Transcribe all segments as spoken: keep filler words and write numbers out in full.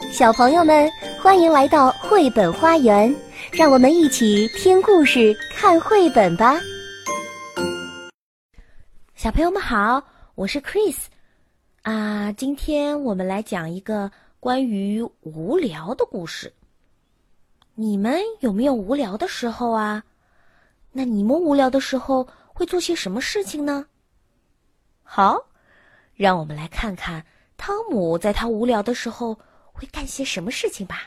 小朋友们，欢迎来到绘本花园，让我们一起听故事、看绘本吧。 小朋友们好，我是 Chris 啊，今天我们来讲一个关于无聊的故事。你们有没有无聊的时候啊？那你们无聊的时候会做些什么事情呢？好，让我们来看看汤姆在他无聊的时候会干些什么事情吧。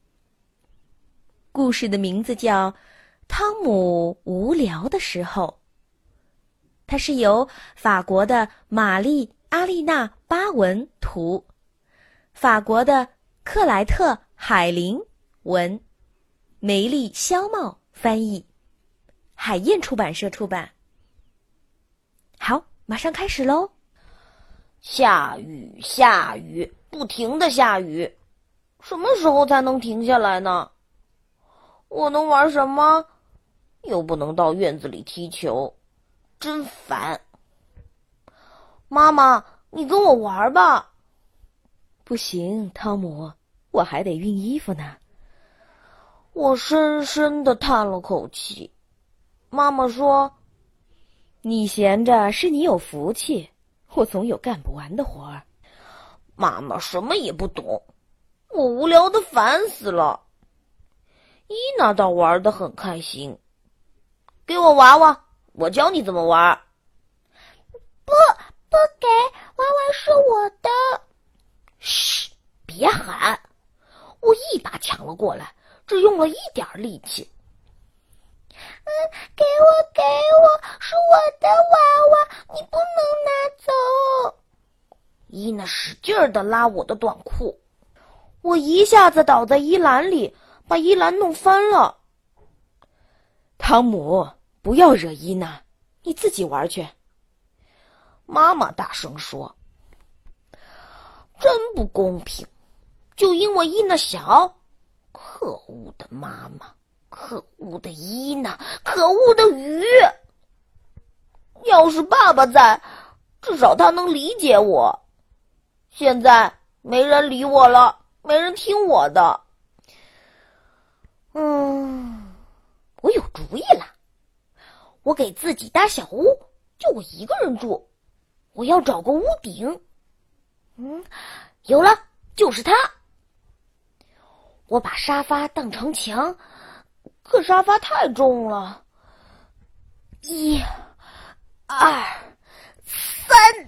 故事的名字叫《汤姆无聊的时候》，它是由法国的玛丽·阿丽娜·巴文图，法国的克莱特·海林文，梅丽·肖茂翻译，海燕出版社出版。好，马上开始喽。 下雨，下雨，不停的下雨，什么时候才能停下来呢？我能玩什么？又不能到院子里踢球，真烦。妈妈，你跟我玩吧。 不行，汤姆，我还得熨衣服呢。 我深深地叹了口气。妈妈说， 你闲着是你有福气，我总有干不完的活儿。 妈妈什么也不懂，我无聊得烦死了。伊娜倒玩得很开心，给我娃娃，我教你怎么玩。 不，不给，娃娃是我的。 嘘，别喊！我一把抢了过来，只用了一点力气。 嗯，给我，给我，是我的娃娃，你不能拿走。 伊娜使劲儿地拉我的短裤，我一下子倒在衣篮里，把衣篮弄翻了。 汤姆，不要惹伊娜，你自己玩去。 妈妈大声说，真不公平，就因为伊娜小。可恶的妈妈，可恶的伊娜，可恶的雨。要是爸爸在，至少他能理解我。现在没人理我了，没人听我的。嗯，我有主意了，我给自己搭小屋，就我一个人住。我要找个屋顶。嗯，有了，就是它。我把沙发当成墙，可沙发太重了。一、二、三。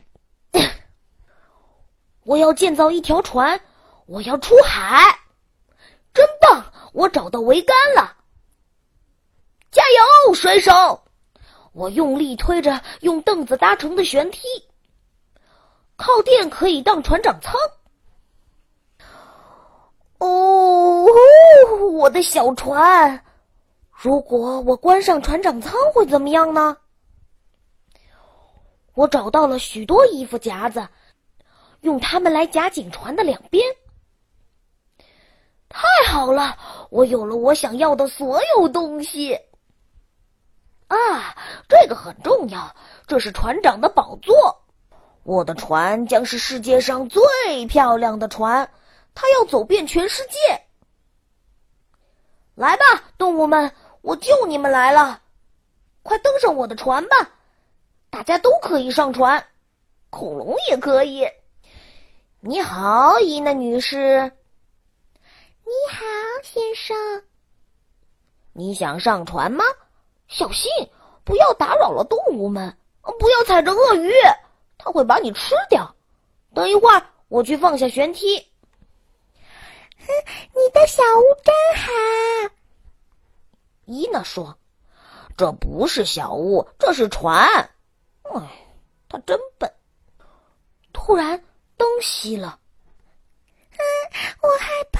我要建造一条船，我要出海。真棒，我找到桅杆了。加油，水手！我用力推着用凳子搭成的舷梯。靠垫可以当船长舱。哦，我的小船！如果我关上船长舱会怎么样呢？我找到了许多衣服夹子，用它们来夹紧船的两边。太好了，我有了我想要的所有东西。啊，这个很重要，这是船长的宝座。我的船将是世界上最漂亮的船，它要走遍全世界。来吧，动物们，我救你们来了！快登上我的船吧，大家都可以上船，恐龙也可以。你好，伊娜女士。 你好，先生。 你想上船吗？小心，不要打扰了动物们，不要踩着鳄鱼，它会把你吃掉。等一会儿，我去放下舷梯。 哼，你的小屋真好。 伊娜说，这不是小屋，这是船。哎，他真笨。突然灯熄了。 嗯，我害怕。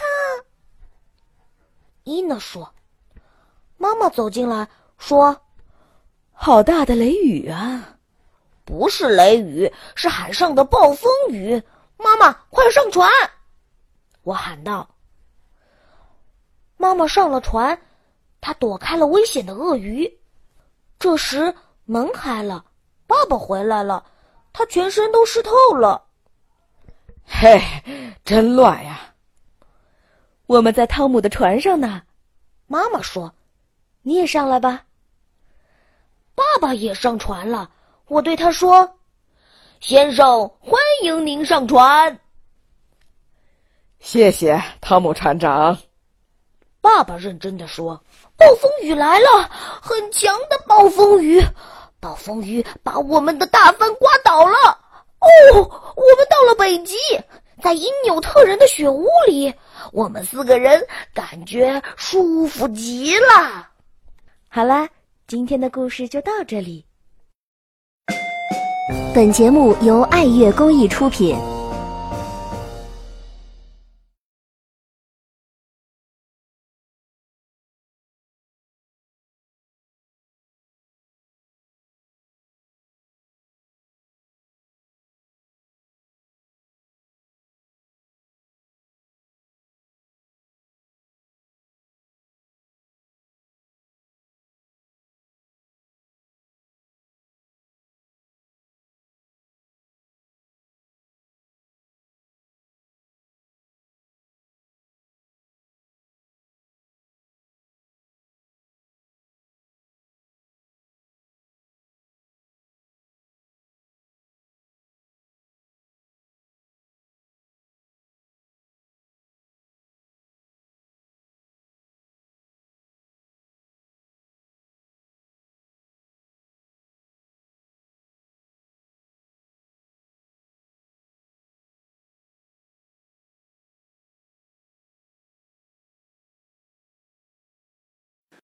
伊娜说。妈妈走进来说， 好大的雷雨啊！ 不是雷雨，是海上的暴风雨。妈妈，快上船！我喊道。妈妈上了船，她躲开了危险的鳄鱼。这时门开了，爸爸回来了，他全身都湿透了。 嘿，真乱呀！ 我们在汤姆的船上呢。 妈妈说：“ 你也上来吧。” 爸爸也上船了。我对他说：“先生，欢迎您上船。” 谢谢，汤姆船长。 爸爸认真地说：“暴风雨来了，很强的暴风雨，暴风雨把我们的大帆刮倒了。哦，我们到了北极，在因纽特人的雪屋里，我们四个人感觉舒服极了。” 好啦，今天的故事就到这里。 本节目由爱乐公益出品。